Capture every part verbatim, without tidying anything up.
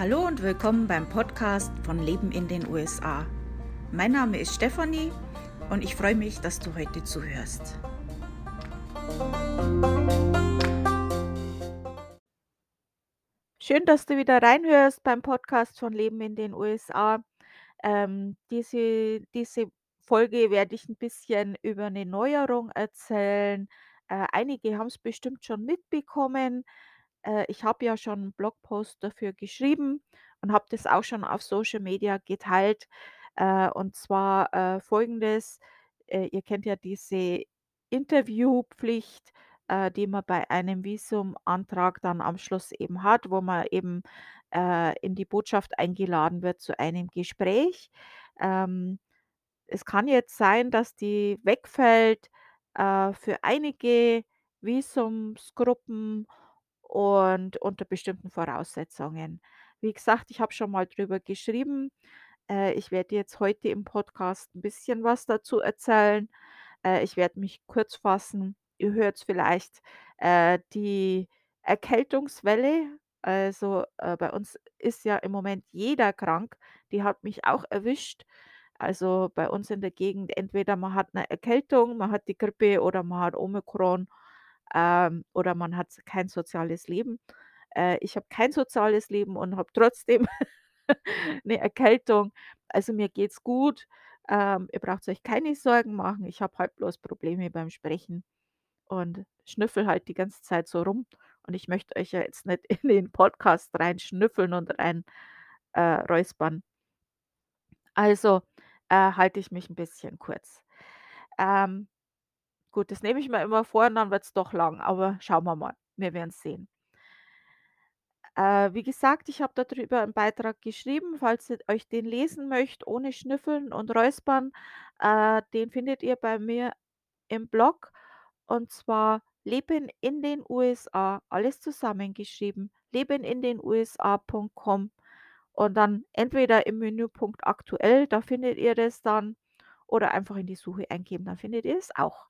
Hallo und willkommen beim Podcast von Leben in den U S A. Mein Name ist Stefanie und ich freue mich, dass du heute zuhörst. Schön, dass du wieder reinhörst beim Podcast von Leben in den U S A. Ähm, diese diese Folge werde ich ein bisschen über eine Neuerung erzählen. Äh, einige haben es bestimmt schon mitbekommen. Äh, ich habe ja schon 'n Blogpost dafür geschrieben und habe das auch schon auf Social Media geteilt. Äh, und zwar, äh, Folgendes: Äh, Ihr kennt ja diese Interviewpflicht, äh, die man bei einem Visumantrag dann am Schluss eben hat, wo man eben, äh, in die Botschaft eingeladen wird zu einem Gespräch. Ähm, Es kann jetzt sein, dass die wegfällt, äh, für einige Visumsgruppen und unter bestimmten Voraussetzungen. Wie gesagt, ich habe schon mal drüber geschrieben. Äh, ich werde jetzt heute im Podcast ein bisschen was dazu erzählen. Äh, ich werde mich kurz fassen. Ihr hört vielleicht, äh, die Erkältungswelle. Also, äh, bei uns ist ja im Moment jeder krank. Die hat mich auch erwischt. Also, bei uns in der Gegend entweder man hat eine Erkältung, man hat die Grippe oder man hat Omikron, ähm, oder man hat kein soziales Leben. Äh, ich habe kein soziales Leben und habe trotzdem 'ne Erkältung. Also, mir geht's gut. Ähm, ihr braucht euch keine Sorgen machen. Ich habe halt bloß Probleme beim Sprechen und schnüffel halt die ganze Zeit so rum. Und ich möchte euch ja jetzt nicht in den Podcast reinschnüffeln und rein, äh, räuspern. Also, äh, halte ich mich 'n bisschen kurz. Ähm, gut, das nehme ich mir immer vor und dann wird's doch lang, aber schauen wir mal. Wir werden's sehen. Äh, wie gesagt, ich habe da drüber 'n Beitrag geschrieben, falls ihr euch den lesen möchtet, ohne Schnüffeln und Räuspern. Äh, den findet ihr bei mir im Blog, und zwar „Leben in den U S A", alles zusammengeschrieben, leben in den U S A Punkt com, und dann entweder im Menüpunkt „Aktuell", da findet ihr das dann, oder einfach in die Suche eingeben, dann findet ihr es auch.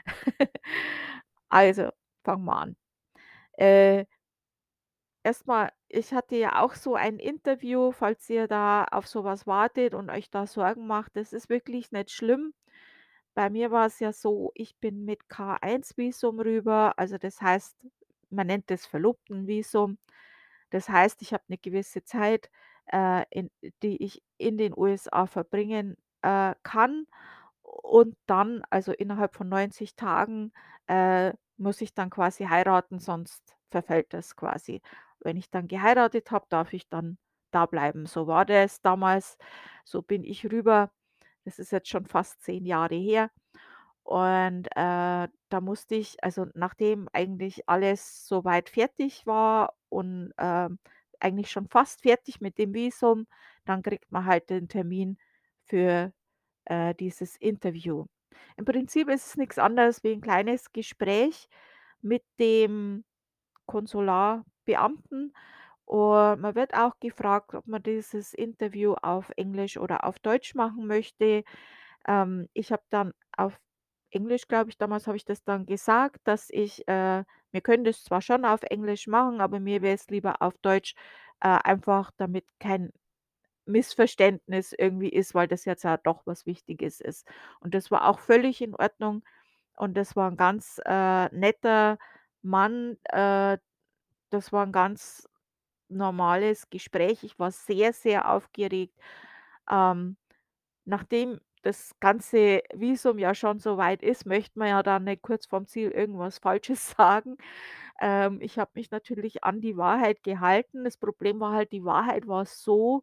Also, fangen wir an. Äh Erstmal, ich hatte ja auch so ein Interview, falls ihr da auf sowas wartet und euch da Sorgen macht. Das ist wirklich nicht schlimm. Bei mir war es ja so, ich bin mit K eins Visum rüber, also das heißt, man nennt das Verlobtenvisum. Das heißt, ich habe eine gewisse Zeit, äh, in die ich in den U S A verbringen, äh, kann, und dann, also innerhalb von neunzig Tagen, äh, muss ich dann quasi heiraten, sonst verfällt das quasi. Wenn ich dann geheiratet habe, darf ich dann da bleiben. So war das damals. So bin ich rüber. Das ist jetzt schon fast zehn Jahre her. Und, äh, da musste ich, also nachdem eigentlich alles soweit fertig war und, ähm, eigentlich schon fast fertig mit dem Visum, dann kriegt man halt den Termin für, äh, dieses Interview. Im Prinzip ist es nichts anderes wie ein kleines Gespräch mit dem Konsularbeamten, und man wird auch gefragt, ob man dieses Interview auf Englisch oder auf Deutsch machen möchte. Ähm, ich habe dann auf Englisch, glaube ich, damals habe ich das dann gesagt, dass ich, äh wir können das zwar schon auf Englisch machen, aber mir wäre es lieber auf Deutsch, äh, einfach damit kein Missverständnis irgendwie ist, weil das jetzt ja doch was Wichtiges ist. Und das war auch völlig in Ordnung, und das war 'n ganz, äh, netter Mann. Äh, das war 'n ganz normales Gespräch. Ich war sehr, sehr aufgeregt. Ähm, Nachdem das ganze Visum ja schon so weit ist, möchte man ja dann nicht kurz vorm Ziel irgendwas Falsches sagen. Ähm, ich habe mich natürlich an die Wahrheit gehalten. Das Problem war halt, die Wahrheit war so,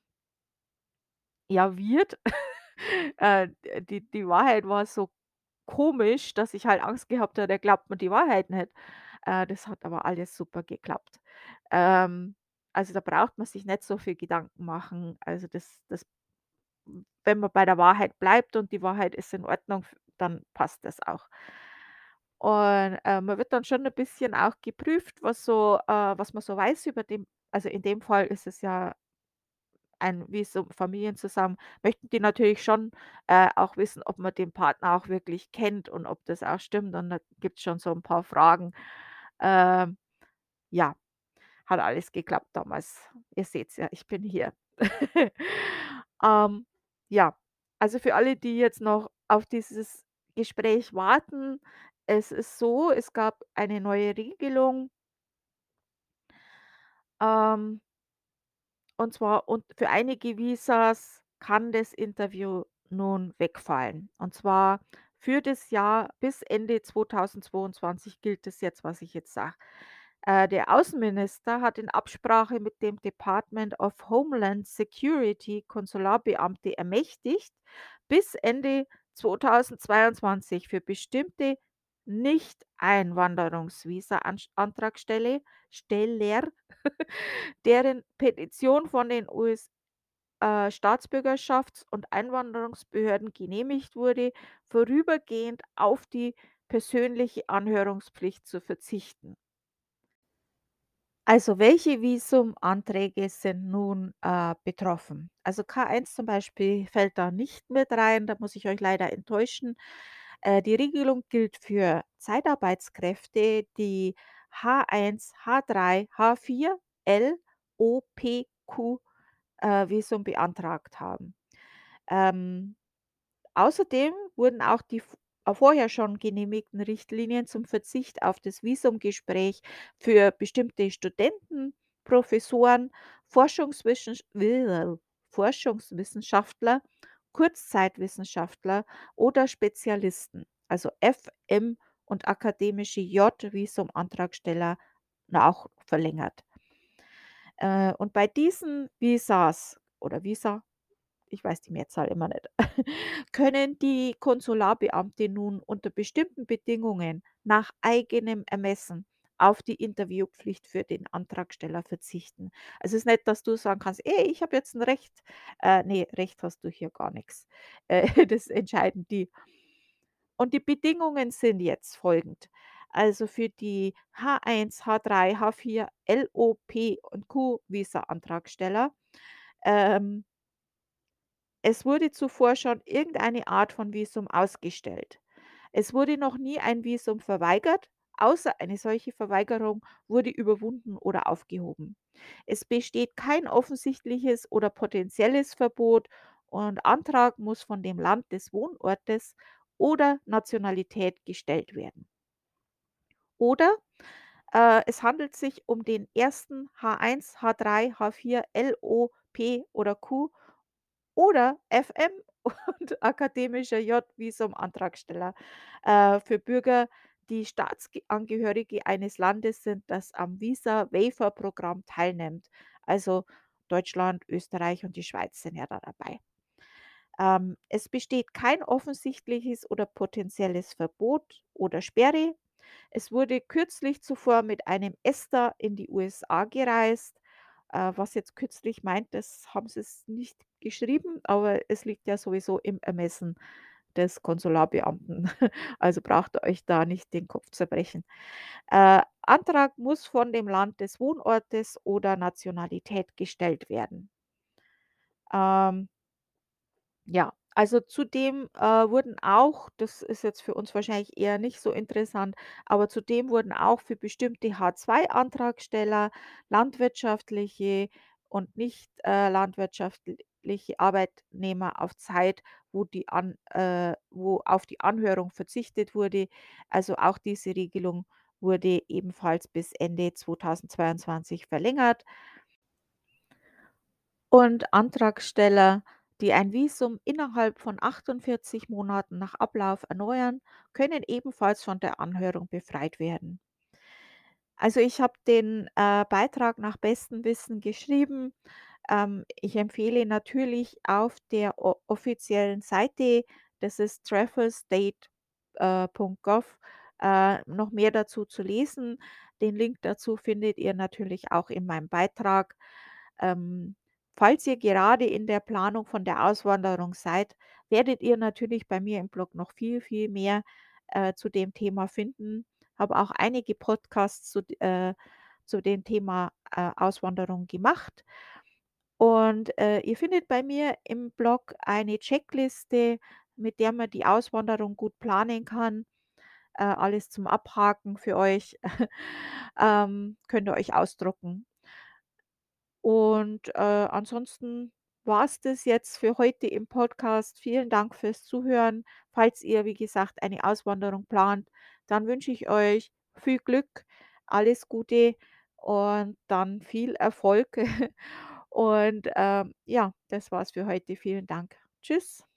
ja, weird. Äh, die die Wahrheit war so komisch, dass ich halt Angst gehabt habe, der glaubt mir die Wahrheit nicht. Äh, das hat aber alles super geklappt. Ähm, also, da braucht man sich nicht so viel Gedanken machen. Also, das das wenn man bei der Wahrheit bleibt und die Wahrheit ist in Ordnung, f dann passt das auch. Und, äh, man wird dann schon ein bisschen auch geprüft, was so äh, was man so weiß über den, also, in dem Fall ist es ja ein Visum Familienzusammen, möchten die natürlich schon, äh, auch wissen, ob man den Partner auch wirklich kennt und ob das auch stimmt, und da gibt's schon so ein paar Fragen. Ähm, ja. hat alles geklappt damals. Ihr seht's ja, ich bin hier. Ähm, ja, also für alle, die jetzt noch auf dieses Gespräch warten, es ist so, es gab eine neue Regelung, ähm, und zwar und für einige Visas kann das Interview nun wegfallen. Und zwar für das Jahr bis Ende zweitausendzweiundzwanzig gilt das jetzt, was ich jetzt sage. Äh, der Außenminister hat in Absprache mit dem Department of Homeland Security Konsularbeamte ermächtigt, bis Ende zweitausendzweiundzwanzig für bestimmte Nicht-Einwanderungsvisa-Antragsteller Steller, deren Petition von den U S äh, Staatsbürgerschafts- und Einwanderungsbehörden genehmigt wurde, vorübergehend auf die persönliche Anhörungspflicht zu verzichten. Also, welche Visumanträge sind nun, äh, betroffen? Also, K eins zum Beispiel fällt da nicht mit rein, da muss ich euch leider enttäuschen. Äh, die Regelung gilt für Zeitarbeitskräfte, die H eins, H drei, H vier, L, O, P, Q, äh, Visum beantragt haben. Ähm Außerdem wurden auch die v äh, vorher schon genehmigten Richtlinien zum Verzicht auf das Visumgespräch für bestimmte Studenten, Professoren, Forschungswissensch Forschungswissenschaftler, Kurzzeitwissenschaftler oder Spezialisten, also F M und akademische J-Visumantragsteller auch verlängert. Äh, und bei diesen Visas oder Visa, ich weiß die Mehrzahl immer nicht, können die Konsularbeamte nun unter bestimmten Bedingungen nach eigenem Ermessen auf die Interviewpflicht für den Antragsteller verzichten. Also, es ist nicht, dass du sagen kannst: „Ey, ich habe jetzt ein Recht.“ Äh, ne, Recht hast du hier gar nichts. Äh, das entscheiden die. Und die Bedingungen sind jetzt folgend. Also, für die H eins, H drei, H vier, L, O, P und Q Visa-Antragsteller, ähm es wurde zuvor schon irgendeine Art von Visum ausgestellt. Es wurde noch nie ein Visum verweigert, außer eine solche Verweigerung wurde überwunden oder aufgehoben. Es besteht kein offensichtliches oder potenzielles Verbot und Antrag muss von dem Land des Wohnortes oder Nationalität gestellt werden. Oder äh, es handelt sich um den ersten H eins, H drei, H vier, L, O, P oder Q oder F M und akademischer J-Visum-Antragsteller, äh, für Bürger, die Staatsangehörige eines Landes sind, das am Visa-Waiver-Programm teilnimmt. Also Deutschland, Österreich und die Schweiz sind ja da dabei. Ähm, es besteht kein offensichtliches oder potenzielles Verbot oder Sperre. Es wurde kürzlich zuvor mit einem ESTA in die U S A gereist. Äh, was jetzt kürzlich meint, das haben sie es nicht geschrieben, aber es liegt ja sowieso im Ermessen des Konsularbeamten. Also braucht ihr euch da nicht den Kopf zerbrechen. Äh, Antrag muss von dem Land des Wohnortes oder Nationalität gestellt werden. Ähm, ja, also zudem, äh, wurden auch, das ist jetzt für uns wahrscheinlich eher nicht so interessant, aber zudem wurden auch für bestimmte H zwei Antragsteller, landwirtschaftliche und nicht, äh, landwirtschaftliche Arbeitnehmer auf Zeit, wo die an äh, wo auf die Anhörung verzichtet wurde. Also auch diese Regelung wurde ebenfalls bis Ende zweitausendzweiundzwanzig verlängert. Und Antragsteller, die ein Visum innerhalb von achtundvierzig Monaten nach Ablauf erneuern, können ebenfalls von der Anhörung befreit werden. Also, ich habe den, äh, Beitrag nach bestem Wissen geschrieben. Ähm, ich empfehle natürlich auf der o offiziellen Seite, das ist travelstate, äh, Punkt gov, äh, noch mehr dazu zu lesen. Den Link dazu findet ihr natürlich auch in meinem Beitrag. Ähm, Falls ihr gerade in der Planung von der Auswanderung seid, werdet ihr natürlich bei mir im Blog noch viel, viel mehr, äh, zu dem Thema finden. Habe auch einige Podcasts zu d äh, zu dem Thema, äh, Auswanderung gemacht. Und, äh, ihr findet bei mir im Blog eine Checkliste, mit der man die Auswanderung gut planen kann. Äh, alles zum Abhaken für euch. Ähm, könnt ihr euch ausdrucken. Und, äh, ansonsten war's das jetzt für heute im Podcast. Vielen Dank fürs Zuhören. Falls ihr, wie gesagt, eine Auswanderung plant, dann wünsche ich euch viel Glück, alles Gute und dann viel Erfolg. Und, ähm, ja, das war's für heute. Vielen Dank. Tschüss.